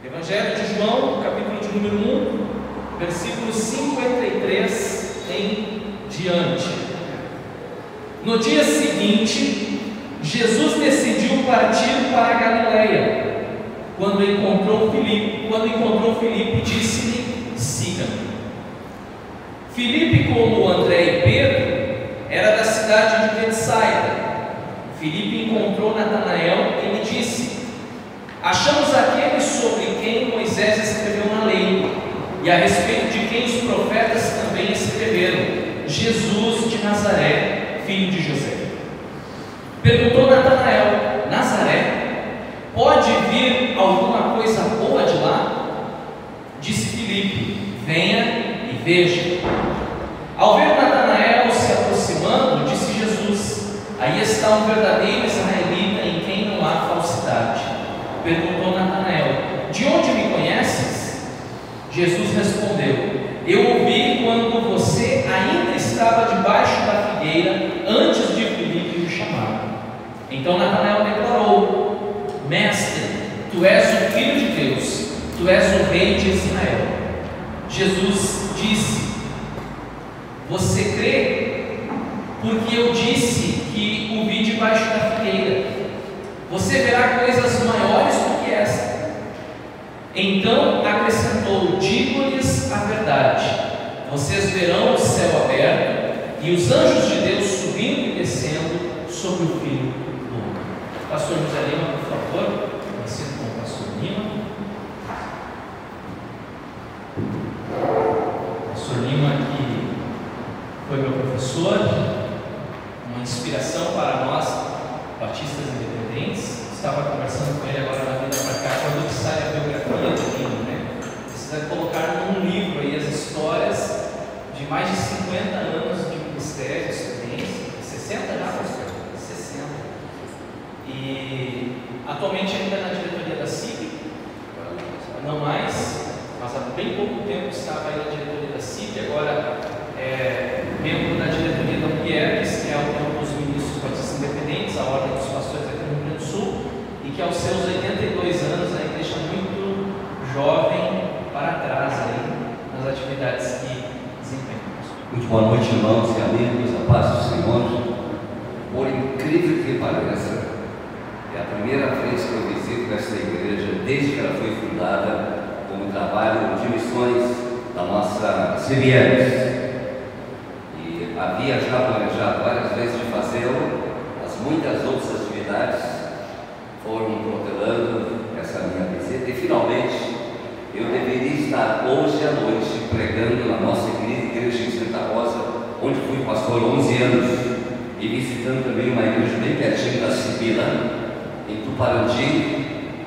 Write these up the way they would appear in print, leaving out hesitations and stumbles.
Evangelho de João, capítulo de número 1, versículo 53 em diante. No dia seguinte, Jesus decidiu partir para a Galileia. Quando encontrou Filipe, disse-lhe: siga-me. Filipe, como André e Pedro, era da cidade de Betsaida. Filipe encontrou Natanael e lhe disse: achamos aquele sobre quem Moisés escreveu na lei, e a respeito de quem os profetas também escreveram, Jesus de Nazaré, filho de José. Perguntou Natanael: Nazaré? Pode vir alguma coisa boa de lá? Disse Filipe: venha e veja. Ao ver Natanael se aproximando, disse Jesus: aí está um verdadeiro israelita em quem não há falsidade. Perguntou Natanael: de onde me conheces? Jesus respondeu: eu ouvi quando você ainda estava debaixo da figueira, antes de Filipe o chamar. Então Natanael declarou: mestre, tu és o Filho de Deus, tu és o Rei de Israel. Jesus disse: você crê? Porque eu disse que o vi debaixo da figueira. Você verá coisas maiores do que esta. Então acrescentou: digo-lhes a verdade, vocês verão o céu aberto e os anjos de Deus subindo e descendo sobre o Filho do Homem. Pastor José Lima, por favor, você com o pastor Lima. Pastor Lima, que foi meu professor, uma inspiração para nós, batistas independentes. Estava conversando com ele agora na vida para cá, quando sai a biografia do Lima, né? Precisa colocar num livro aí as histórias de mais de 50 anos de ministério, de experiência, 60 já, pastor? 60. E atualmente ainda na diretoria da CIP, não mais, mas há bem pouco tempo estava aí na diretoria da CIP, agora é membro da diretoria da UPIERGS, que é um dos ministros batistas independentes, a Ordem dos Pastores aqui no Rio Grande do Sul, e que aos seus 82 anos ainda deixa muito jovem para trás aí nas atividades que desempenha. Muito boa noite, irmãos e amigos, a paz do Senhor. Por incrível que pareça, é a primeira vez que eu visito esta igreja desde que ela foi fundada como trabalho de missões da nossa CBS. E havia já planejado várias vezes de fazê-lo, mas muitas outras atividades foram protelando essa minha visita, e finalmente eu deveria estar hoje à noite pregando na nossa igreja em Santa Rosa, onde fui pastor 11 anos, e visitando também uma igreja bem pertinho da Sibila, em Tuparandi,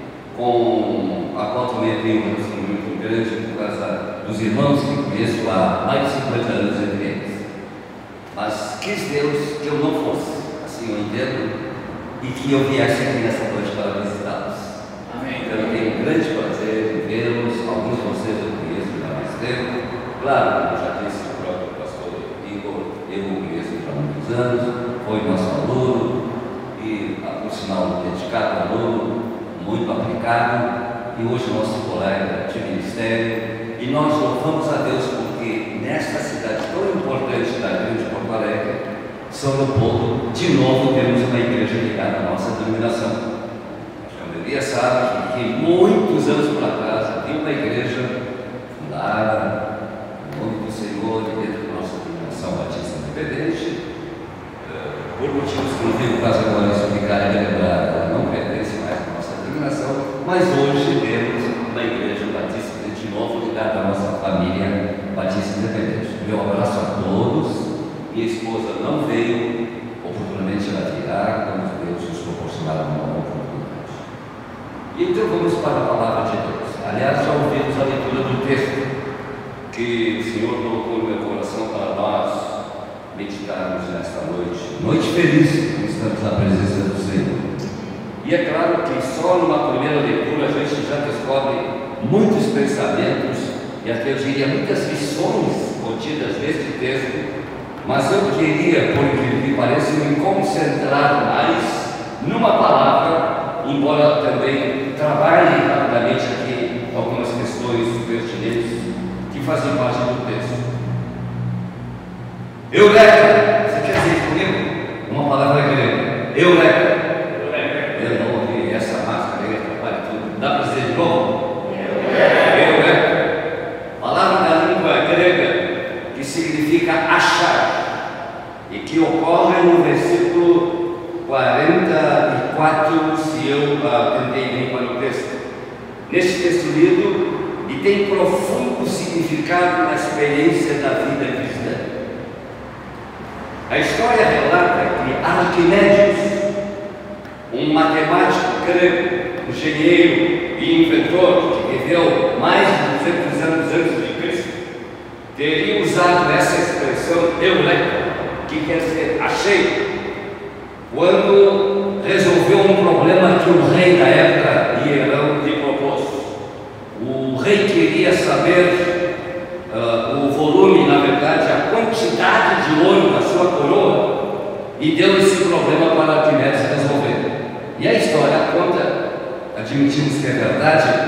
com a qual também tenho um relacionamento muito grande por causa dos irmãos que conheço há mais de 50 anos entre eles. Mas quis Deus que eu não fosse, assim eu entendo, e que eu viesse aqui nessa noite para visitá-los. Amém. Então eu tenho um grande prazer em vê-los. Alguns de vocês eu conheço já há mais tempo. Claro, como já disse o próprio pastor Igor, eu o conheço já há muitos anos, foi nosso aluno, e por sinal dedicado aluno, muito aplicado, e hoje nosso colega de ministério. E nós louvamos a Deus porque nesta cidade tão importante da Grande Porto Alegre, São Leopoldo, de novo temos uma igreja ligada à nossa denominação. Acho que a maioria sabe que muitos anos para trás havia uma igreja fundada no nome do Senhor e dentro da nossa denominação Batista Independente. Por motivos que não tenho caso agora explicar e lembrar, ela não pertence mais à nossa denominação, mas hoje temos uma igreja Batista de novo ligada à nossa família Batista Independente. Meu abraço a todos. Minha esposa não veio, oportunamente ela virá quando Deus nos proporcionar uma oportunidade. E então vamos para a palavra de Deus. Aliás, já ouvimos a leitura do texto que o Senhor colocou no meu coração para nós meditarmos nesta noite. Noite feliz, porque estamos na presença do Senhor. E é claro que só numa primeira leitura a gente já descobre muitos pensamentos e até eu diria muitas lições contidas neste texto. Mas eu queria, por incrível que pareça, me concentrar mais numa palavra, embora também trabalhe rapidamente aqui fazem parte do texto. Eureka! Você quer dizer comigo? Uma palavra grega. Eureka! Eu não ouvi essa máscara aí, atrapalha tudo. Dá para dizer de novo? Eureka! Palavra da língua grega que significa achar e que ocorre no versículo 44, se eu tentei bem para o texto. Neste texto lido, e tem profundo significado na experiência da vida cristã. A história relata que Arquimedes, um matemático grego, engenheiro e inventor que viveu mais de 200 anos antes de Cristo, teria usado essa expressão eureka, que quer dizer achei, quando resolveu um problema que o rei da época, Hierão, lhe propôs. O rei queria saber o volume, na verdade, a quantidade de ouro da sua coroa, e deu esse problema para Arquimedes resolver. E a história conta, admitimos que é verdade,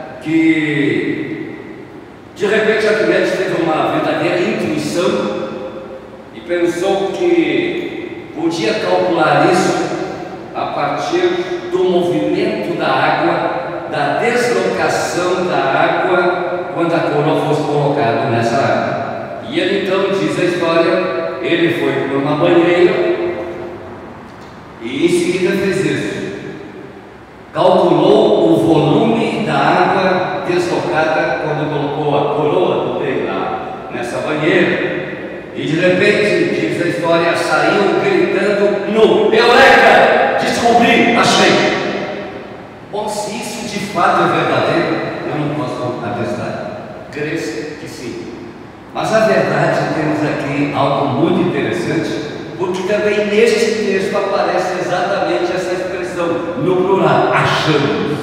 que de repente Arquimedes teve uma verdadeira intuição e pensou que podia calcular isso a partir do movimento da água, da deslocação da água quando a coroa fosse colocada nessa água. E ele então, diz a história, ele foi para uma banheira e em seguida fez isso. Calculou o volume da água deslocada quando colocou a coroa do rei lá nessa banheira. E de repente, diz a história, saiu gritando nu: Eureka! Descobri, achei! Bom, se isso de fato é verdadeiro, eu não posso atestar. Creio que sim. Mas a verdade, temos aqui algo muito interessante, porque também neste texto aparece exatamente essa expressão, no plural: achamos.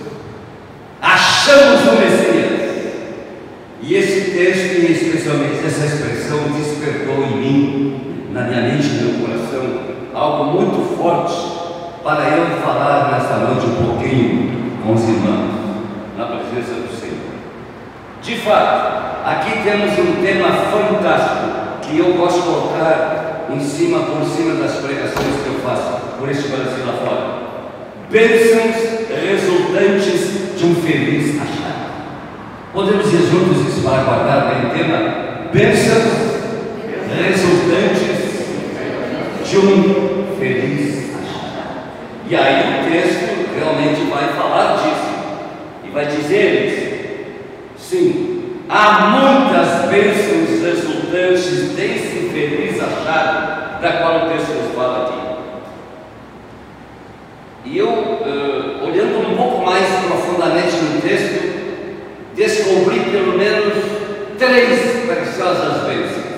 Achamos o Messias. E esse texto, e especialmente essa expressão, despertou em mim, na minha mente e no meu coração, algo muito forte para eu falar nesta noite um pouquinho com os irmãos, na presença do Senhor. De fato, aqui temos um tema fantástico que eu gosto de colocar por cima das pregações que eu faço por este Brasil lá fora. Bênçãos resultantes de um feliz achado. Podemos ir juntos isso para guardar bem o tema? Bênçãos resultantes de um feliz achado. E aí o texto realmente vai falar disso e vai dizer isso. Sim, há muitas bênçãos resultantes desse feliz achado da qual o texto nos fala aqui. E eu, olhando um pouco mais profundamente no texto, descobri pelo menos 3 preciosas bênçãos.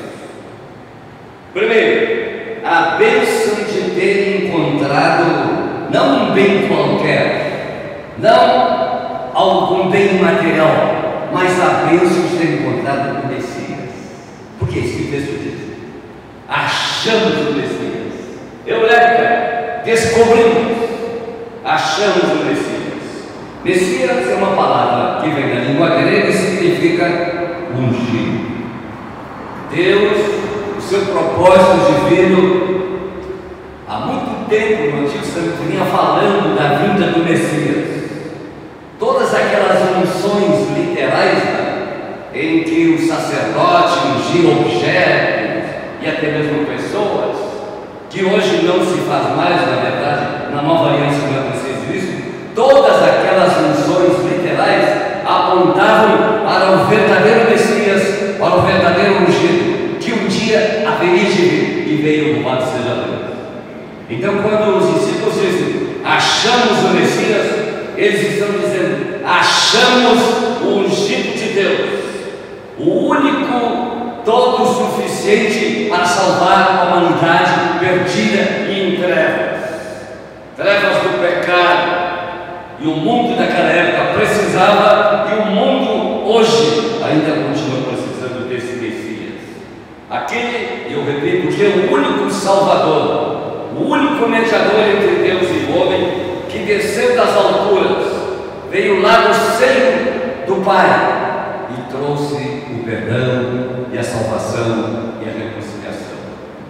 Primeiro, a bênção de ter encontrado não um bem qualquer, não algum bem material, mas a bênção de ter encontrado o Messias. Por que isso que o texto diz? Achamos o Messias. Eureka! Descobrimos. Achamos o Messias. Messias é uma palavra que vem da língua grega e significa ungido. Deus, o seu propósito divino, há muito tempo no Antigo Testamento vinha falando da vinda do Messias. Todas aquelas unções literais, em que o sacerdote ungia objetos e até mesmo pessoas, que hoje não se faz mais, na verdade, na nova aliança não é preciso isso. Todas aquelas unções literais apontavam para o verdadeiro Messias, para o verdadeiro ungido, que um dia haveria de vir, e veio, louvado seja Deus. Então, quando os discípulos dizem, achamos o Messias, eles estão dizendo, achamos o ungido de Deus, o único, todo suficiente para salvar a humanidade perdida e em trevas do pecado. E o mundo daquela época precisava, e o mundo hoje ainda continua precisando desse Messias. Aquele, eu repito, que é o único Salvador, o único mediador entre Deus e o homem, que desceu das alturas, veio lá do seio do Pai, e trouxe o perdão e a salvação e a reconciliação.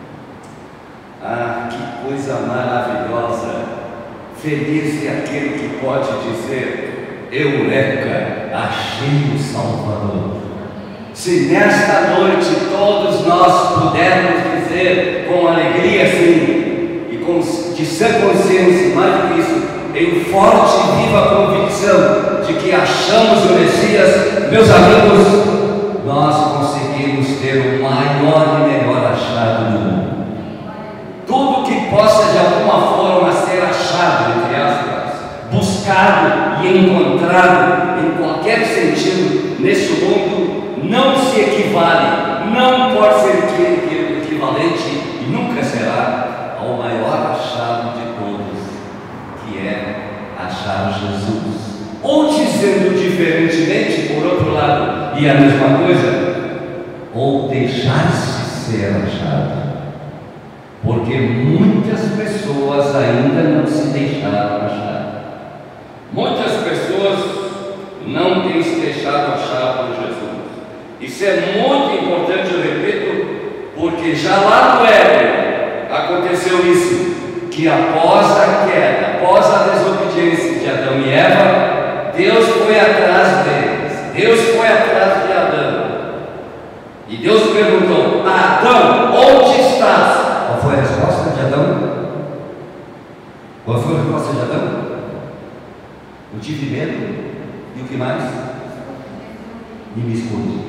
Ah, que coisa maravilhosa! Feliz é aquele que pode dizer: Eureka, achei o Salvador. Se nesta noite todos nós pudermos dizer com alegria sim, e de sã consciência, mais do que isso, em forte e viva convicção de que achamos o Messias, meus amigos, nós conseguimos ter o maior e melhor achado do mundo. Tudo que possa de alguma forma ser achado, entre aspas, buscado e encontrado em qualquer sentido neste mundo, não se equivale, não pode ser equivalente e nunca será ao maior achado de todos, que é achar Jesus. Ou dizendo diferentemente, por outro lado, e a mesma coisa, ou deixar-se ser achado. Porque muitas pessoas ainda não se deixaram achar. Muitas pessoas não têm se deixado achar por Jesus. Isso é muito importante, eu repito, porque já lá no Éden aconteceu isso, que após a queda, após a desobediência de Adão e Eva, Deus foi atrás deles, Deus foi atrás de Adão, e Deus perguntou: Adão, onde estás? Qual foi a resposta de Adão? Qual foi a resposta de Adão? Eu tive medo. E o que mais? E me escondi.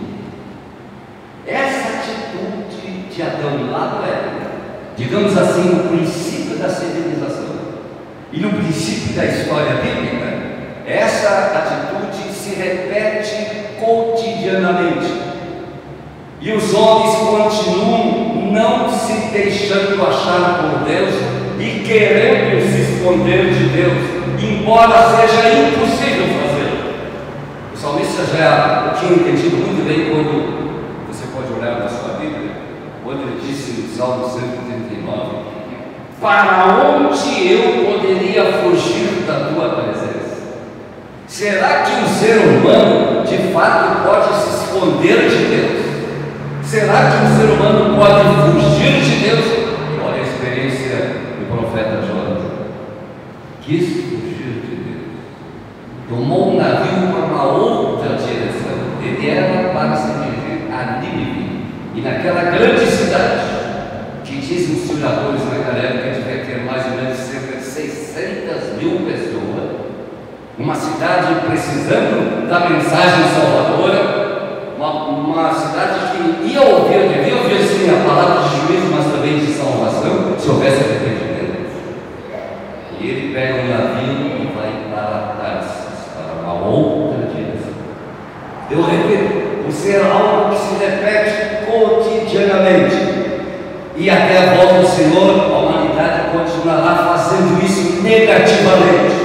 Essa atitude de Adão lá no Éden, digamos assim, no princípio da civilização e no princípio da história bíblica, essa atitude se repete cotidianamente. E os homens continuam não se deixando achar por Deus e querendo se esconder de Deus, embora seja impossível fazê-lo. O salmista já tinha entendido muito bem quando você pode olhar na sua Bíblia, quando ele disse no Salmo 139: para onde eu poderia fugir da tua presença? Será que o ser humano de fato pode se esconder de Deus? Será que o ser humano pode fugir de Deus? E olha a experiência do profeta Jonas. Quis fugir de Deus. Tomou um navio para uma outra direção. Ele era para se dirigir a Nínive. E naquela grande cidade, que dizem os historiadores naquela época devia ter mais ou menos cerca de 600 mil pessoas, uma cidade precisando da mensagem salvadora, uma cidade que devia ouvir sim a palavra de juízo, mas também de salvação, se houvesse arrependimento. E ele pega um navio e vai para Tarsis, para uma outra direção. Eu repito, por ser algo que se repete cotidianamente, e até a volta do Senhor, a humanidade continuará fazendo isso negativamente.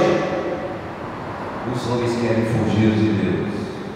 Os homens querem fugir de Deus.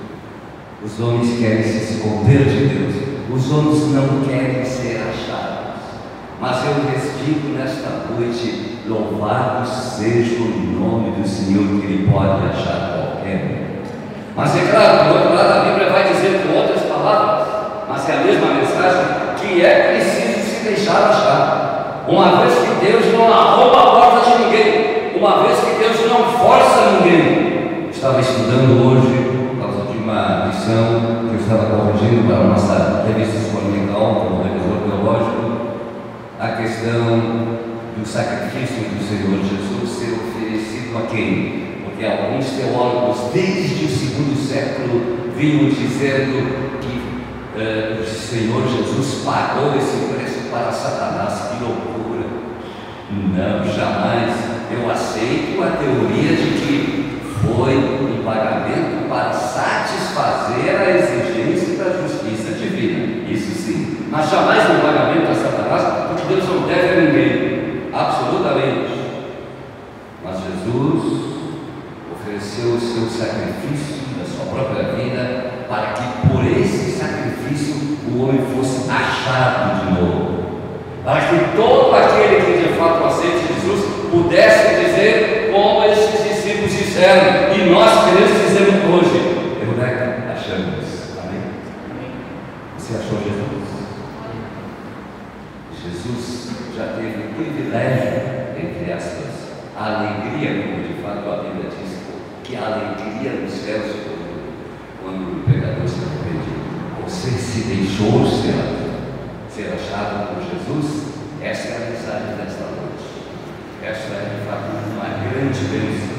Os homens querem se esconder de Deus. Os homens não querem ser achados. Mas eu lhes digo nesta noite: louvado seja o nome do Senhor, que Ele pode achar qualquer um. Mas é claro, do outro lado, a Bíblia vai dizer com outras palavras, mas é a mesma mensagem, que é preciso se deixar achar. Uma vez que Deus não arromba a porta de ninguém, uma vez que Deus não força ninguém. Eu estava estudando hoje, uma lição que eu estava corrigindo para a nossa revista experimental, como revisor teológico, a questão do sacrifício do Senhor Jesus ser oferecido a quem? Porque alguns teólogos, desde o segundo século, vinham dizendo que o Senhor Jesus pagou esse preço para Satanás. Que loucura! Não, jamais. Eu aceito a teoria de que foi um pagamento para satisfazer a exigência da justiça divina, isso sim, mas jamais um pagamento a Satanás, porque Deus não deve a ninguém, absolutamente. Mas Jesus ofereceu o seu sacrifício da sua própria vida, para que por esse sacrifício o homem fosse achado de novo, para que todo aquele que de fato aceite Jesus pudesse dizer como esses discípulos disseram, e nós queremos dizer hoje: Eureka, achamos, que a alegria nos céus quando o pecador se arrepende. Você se deixou ser achado por Jesus? Essa é a mensagem desta noite. Esta é de fato uma grande bênção.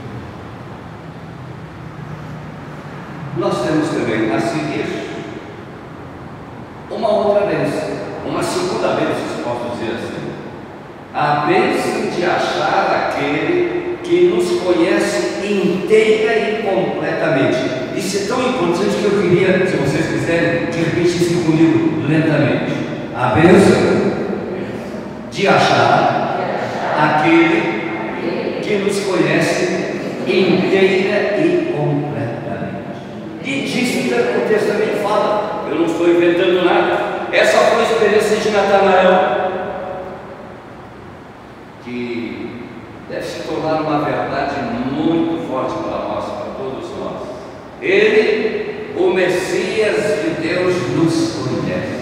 Nós temos também a seguir uma outra bênção, uma segunda bênção, se posso dizer assim. A bênção de achar aquele que nos conhece inteira e completamente. Isso é tão importante que eu queria, se vocês quiserem, que repetissem comigo lentamente. A bênção de achar aquele que nos conhece inteira e completamente. E disso o texto também fala, eu não estou inventando nada. Essa foi a experiência de Natanael, que deve se tornar uma verdade muito forte para nós, para todos nós. Ele, o Messias de Deus, nos conhece.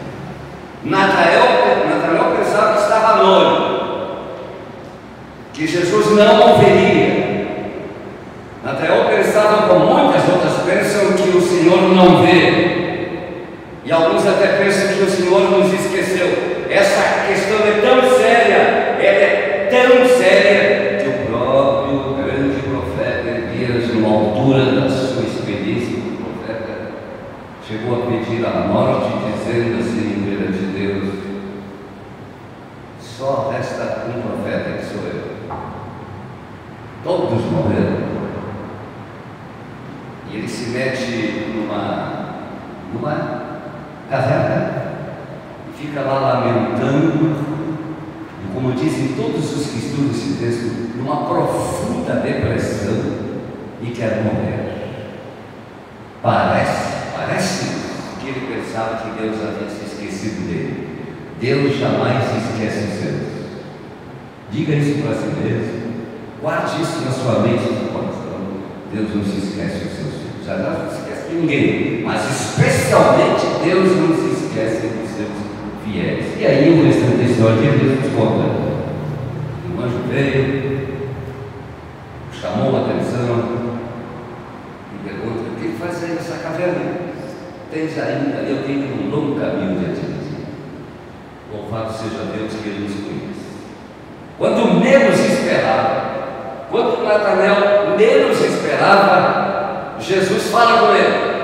Natanael pensava que estava noivo, que Jesus não o veria. Natanael pensava, como muitas outras pensam, que o Senhor não vê. E alguns até pensam que o Senhor nos esqueceu. Essa questão é tão séria, ela é tão séria, que o próprio grande profeta Elias, numa altura da sua experiência como profeta, chegou a pedir a morte, dizendo assim perante Deus: só resta um profeta, que sou eu. Todos morreram. E ele se mete numa caverna e fica lá lamentando, e como dizem todos os que estudam esse texto, numa profunda depressão, e quer morrer. Parece que ele pensava que Deus havia se esquecido dele. Deus jamais se esquece os seus. Diga isso para si mesmo, guarde isso na sua mente e no coração. Deus não se esquece dos seus filhos. Aliás, não se esquece de ninguém, mas especialmente Deus não se esquece dos seus fiéis. E aí o restante da história de Deus nos conta. O anjo veio, chamou a atenção e pergunta: o que faz aí nessa caverna? Tens ainda, eu tenho um longo caminho diante de ti. Louvado seja Deus que Ele nos conhece. Quando menos esperava, quando Natanael menos esperava, Jesus fala com ele.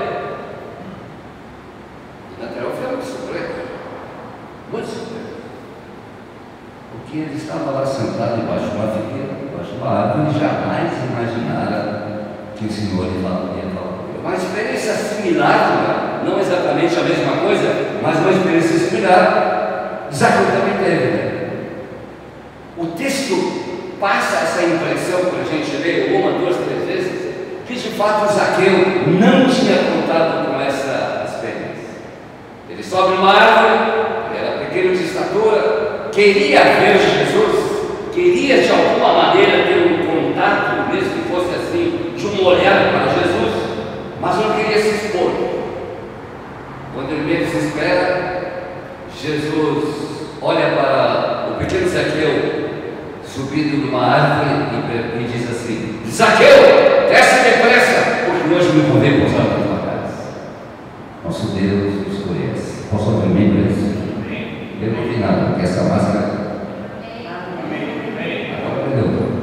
E Natanael foi muito surpreso, muito surpreso, porque ele estava lá sentado debaixo de uma figueira, debaixo de uma árvore, e jamais imaginara que o Senhor ia falar com ele. Uma experiência similar, não exatamente a mesma coisa, mas uma experiência similar, Zaqueu também teve, né? O texto passa essa impressão, quando a gente lê 1, 2, 3 vezes, que de fato Zaqueu não tinha contado com essa experiência. Ele sobe uma árvore, era pequeno de estatura, queria ver Jesus, queria de alguma maneira ter um contato, mesmo que fosse assim, de um olhar para Jesus, mas não queria se expor. Quando ele menos espera, Jesus olha para o pequeno Zaqueu subindo numa árvore e diz assim: Zaqueu, desce depressa, porque hoje me convém pousar na tua casa. Nosso Deus nos conhece. Posso ouvir bem para isso? Eu não vi nada, porque essa máscara. Agora entendeu?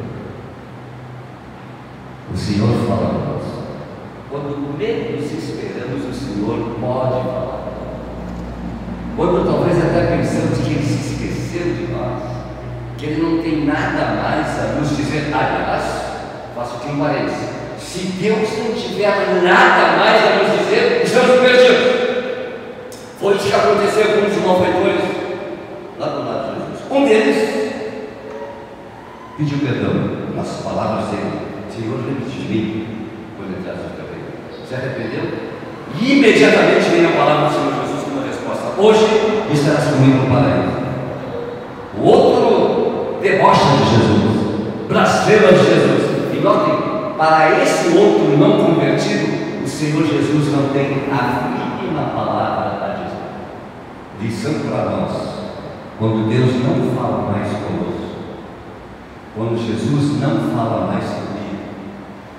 O Senhor fala para nós. Quando menos esperamos, o Senhor pode falar. Quando talvez até pensamos que Ele se esqueceu de nós, que Ele não tem nada mais a nos dizer. Aliás, faço aqui um parênteses: se Deus não tiver nada mais a nos dizer, estamos perdidos. Foi isso que aconteceu com os malfeitores lá do lado de Jesus. Um deles pediu perdão nas palavras dele: Senhor, lembre-te de mim quando entraste no teu reino. Se arrependeu? E imediatamente vem a palavra do Senhor Jesus com uma resposta: hoje estarás comigo no paraíso. O outro debocha de Jesus, blasfema de Jesus. E notem, para esse outro não convertido, o Senhor Jesus não tem a mínima palavra a dizer. Lição para nós: quando Deus não fala mais conosco, quando Jesus não fala mais comigo,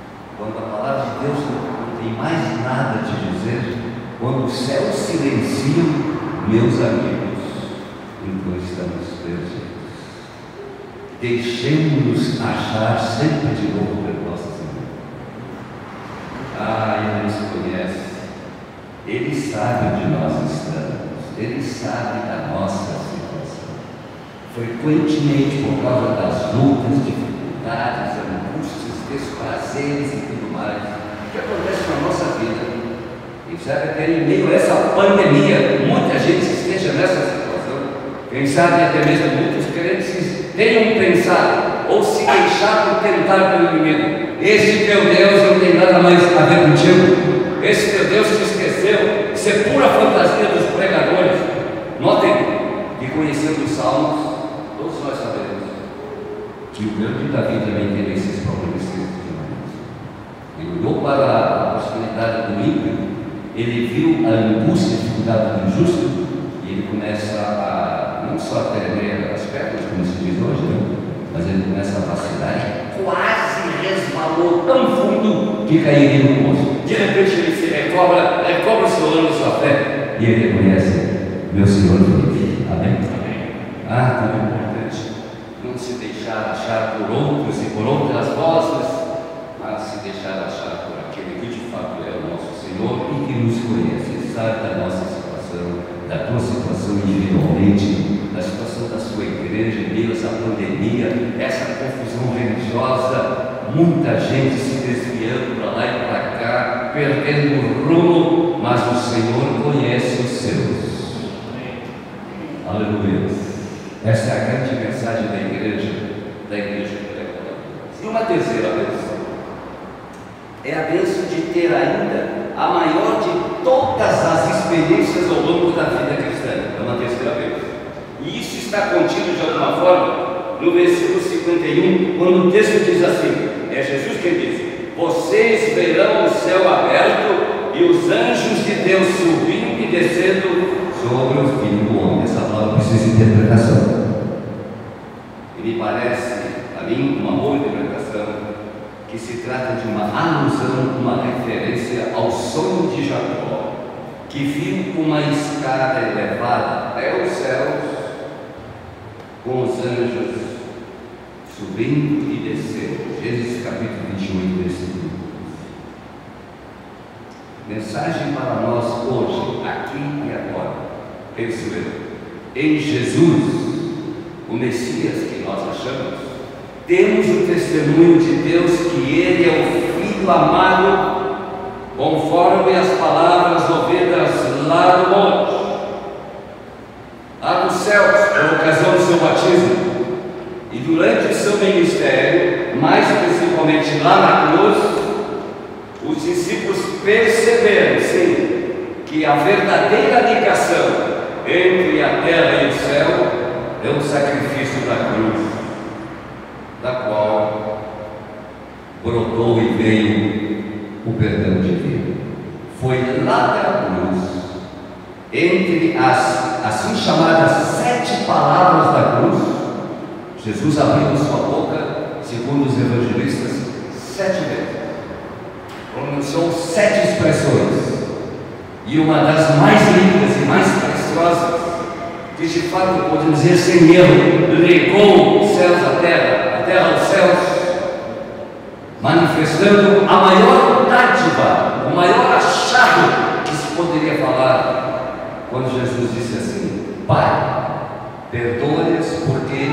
quando a palavra de Deus não tem mais nada a te dizer, quando os céus silenciam, meus amigos, então estamos perdidos. Deixemos-nos achar sempre de novo pelo nosso Senhor. Ele nos conhece, Ele sabe onde nós estamos, Ele sabe da nossa situação. Frequentemente, por causa das lutas, dificuldades, angústias, desprazeres e tudo mais, o que acontece na nossa vida? E sabe que em meio a essa pandemia, muita gente esteja nessa situação. Quem sabe até mesmo muitos crentes tenham pensado ou se deixado tentar pelo inimigo. Esse teu Deus não tem nada mais a ver contigo. Esse teu Deus te esqueceu. Isso é pura fantasia dos pregadores. Notem que, conhecendo os Salmos, todos nós sabemos que o grande Davi também teve esses problemas. Ele olhou para a possibilidade do ímpio, ele viu a angústia e a dificuldade do justo, e ele começa a não só tremer as pernas, como se diz hoje, né? Mas ele começa a vacilar e quase resvalou tão fundo que cairia no poço. De repente ele se recobra o seu ano de sua fé, e ele reconhece: meu Senhor vive. Amém? Tão importante não se deixar achar por outros e por outras vozes, mas se deixar achar por aquele que de fato é o nosso Senhor e que nos conhece, sabe da nossa situação, da tua situação individualmente, da situação da sua igreja, em meio a essa pandemia, essa confusão religiosa, muita gente se desviando para lá e para cá, perdendo o rumo, mas o Senhor conhece os seus. Aleluia. Essa é a grande mensagem da igreja E uma terceira bênção é a bênção de ter ainda a maior de todas as experiências ao longo da vida cristã. É uma terceira bênção. E isso está contido de alguma forma no versículo 51, quando o texto diz assim: é Jesus quem diz: vocês verão o céu aberto e os anjos de Deus subindo e descendo sobre o Filho do Homem. Essa palavra precisa de interpretação. E me parece, a mim, uma boa interpretação, que se trata de uma alusão, uma referência ao sonho de Jacó, que viu uma escada elevada até os céus, com os anjos subindo e descendo. Gênesis capítulo 28, versículo 12. Mensagem para nós hoje, aqui e agora. Penso eu, em Jesus, o Messias que nós achamos, temos o testemunho de Deus que Ele é o Filho amado, conforme as palavras ouvidas lá do monte, lá dos céus, por ocasião do seu batismo, e durante o seu ministério, mais principalmente lá na cruz, os discípulos perceberam, sim, que a verdadeira ligação entre a terra e o céu é o sacrifício da cruz, da qual brotou e veio o perdão divino. Foi lá da cruz, entre as assim chamadas 7 palavras da cruz, Jesus abriu sua boca, segundo os evangelistas, 7 vezes, pronunciou 7 expressões, e uma das mais lindas e mais preciosas, que de fato podemos dizer sem erro, ligou os céus à terra, a terra aos céus, manifestando a maior dádiva, o maior achado que se poderia falar, quando Jesus disse assim: Pai, perdoa-lhes porque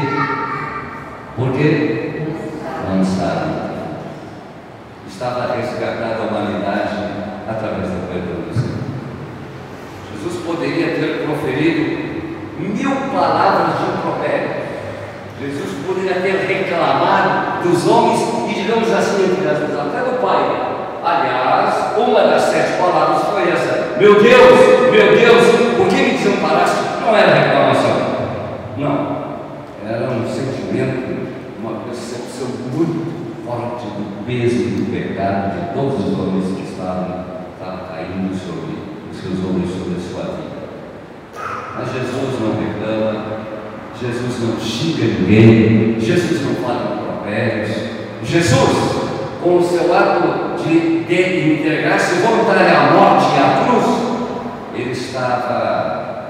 não sabem. Estava resgatada a humanidade através do perdão do Senhor. Jesus poderia ter proferido 1000 palavras de impropério. Jesus poderia ter reclamado dos homens e, digamos assim, entre as duas, até do Pai. Aliás, uma das 7 palavras foi essa: meu Deus, por que me desamparaste? Não era reclamação, não, era um sentimento, uma percepção muito forte do peso do pecado de todos os homens que estavam caindo sobre os seus homens, sobre a sua vida. Mas Jesus não reclama, Jesus não xinga ninguém, Jesus não fala impropérios. Jesus, com o seu ato de entregar-se voluntário à morte e à cruz, ele estava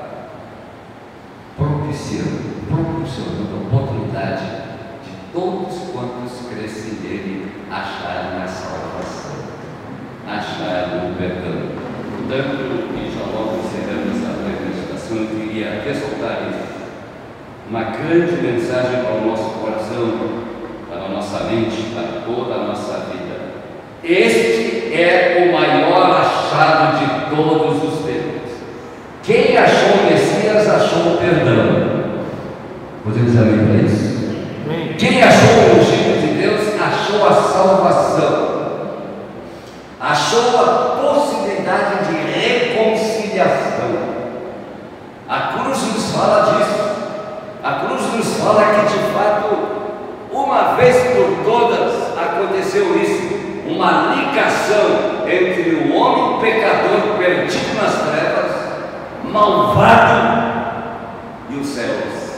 proporcionando a oportunidade de todos quantos crescem nele acharem a salvação, acharem o perdão. Portanto, e já logo encerramos a meditação, eu queria ressaltar isso. Uma grande mensagem para o nosso coração, para a nossa mente, para toda a nossa vida. Este é o maior achado de todos os tempos. Quem achou o Messias achou o perdão. Podemos amém para isso? Quem achou o ungido de Deus achou a salvação, achou a possibilidade de reconciliação. A cruz nos fala disso. A cruz nos fala que de fato, uma vez por todas, aconteceu isso, uma ligação entre o homem pecador perdido nas trevas, malvado, e os céus.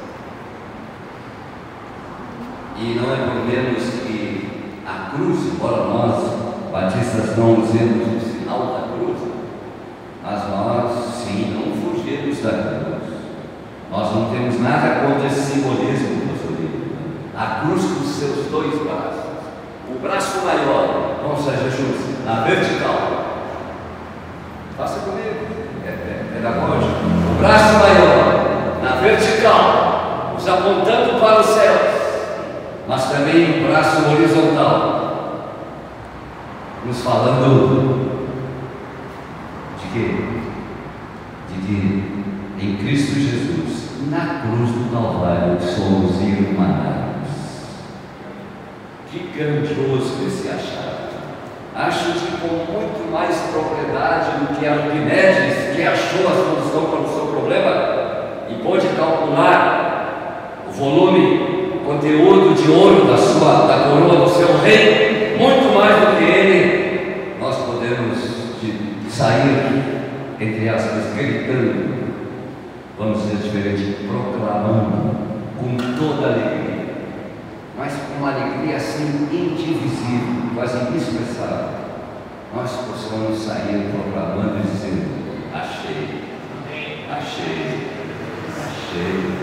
E não é por menos que a cruz, embora nós, batistas, não usemos o sinal da cruz, mas nós, sim, não fugimos da cruz. Nós não temos nada contra esse simbolismo, pastor Lívio. A cruz com os seus dois braços. O braço maior, vamos fazer juntos, na vertical. Faça comigo, é pedagógico. O braço maior, na vertical, nos apontando para os céus, mas também o braço horizontal, nos falando de quê? De que em Cristo Jesus, na cruz do Calvário, somos irmanados. Que grandioso esse achado. Acho que com muito mais propriedade do que Arquimedes, que achou a solução para o seu problema e pôde calcular o volume, o conteúdo de ouro da coroa do seu rei, muito mais do que ele, nós podemos sair, entre aspas, gritando, vamos dizer diferente, proclamando com toda alegria, mas com uma alegria assim indivisível, quase inexpressável. Nós possamos sair proclamando e dizendo: achei, achei, achei.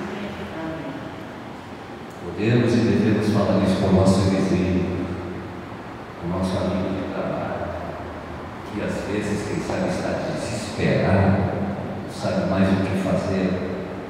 Podemos e devemos falar isso com o nosso vizinho, com o nosso amigo de trabalho, que às vezes, quem sabe, está desesperado, sabe mais o que fazer.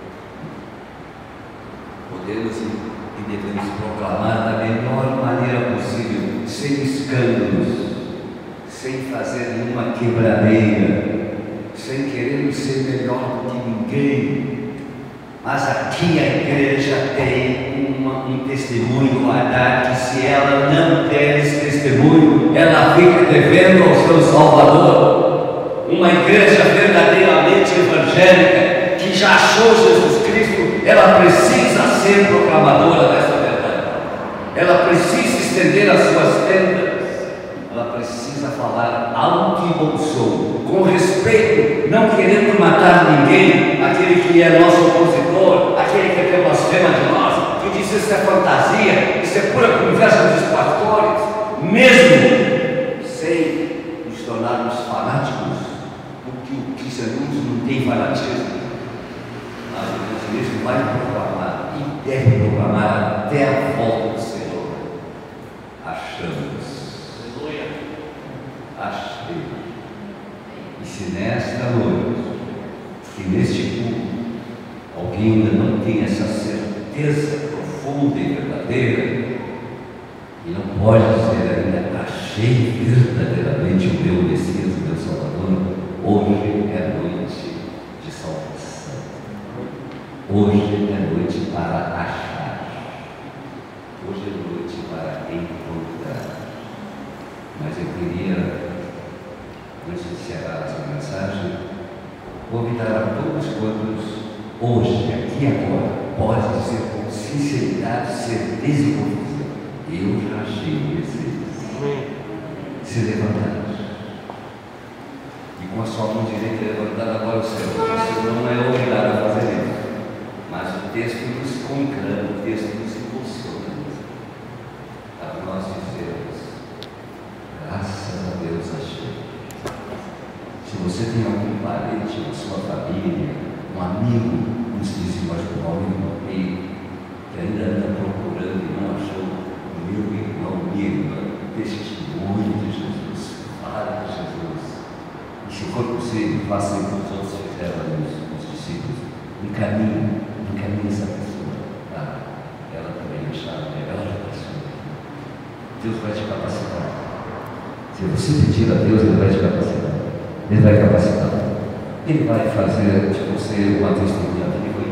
Podemos e devemos proclamar da melhor maneira possível, sem escândalos, sem fazer nenhuma quebradeira, sem querer ser melhor do que ninguém. Mas aqui a igreja tem um testemunho a dar, que se ela não der esse testemunho, ela fica devendo ao seu Salvador. Uma igreja verdadeiramente evangélica, que já achou Jesus Cristo, ela precisa ser proclamadora dessa verdade. Ela precisa estender as suas tendas. Ela precisa falar alto e bom som, com respeito, não querendo matar ninguém, aquele que é nosso opositor, aquele que é blasfema de nós, que diz isso é fantasia, isso é pura conversa dos pastores, mesmo sem nos tornarmos fanáticos, porque o cristianismo não tem fanatismo, mas o cristianismo vai proclamar e deve proclamar até a volta do Senhor. Achamos. Achei. E se nesta noite, que neste culto, alguém ainda não tem essa certeza profunda e verdadeira, e não pode dizer ainda: achei verdadeiramente o meu Messias, o meu Salvador, hoje é noite de salvação. Hoje é noite para achar. Hoje é noite para encontrar. Mas eu queria, antes de encerrar essa mensagem, convidar a todos quantos hoje, aqui e agora, podem dizer com sinceridade, certeza e convicção: eu já achei esse. Se levantar e com a sua mão direita levantada para o céu. Você não é obrigado a fazer isso, mas o texto nos conclama, o texto nos impulsiona para nós dizermos: tem algum parente na sua família, um amigo, nos dizem nós por nome que ainda anda procurando e não achou o meu irmão, minha irmã, testemunho de Jesus, fale de Jesus. E se for possível, faça o que os outros fizeram os discípulos. Encaminhe essa pessoa. Ela também está melhor pessoa. Deus vai te capacitar. Se você pedir a Deus, Ele vai te capacitar. Ele vai capacitar. Ele vai fazer de você uma testemunha viva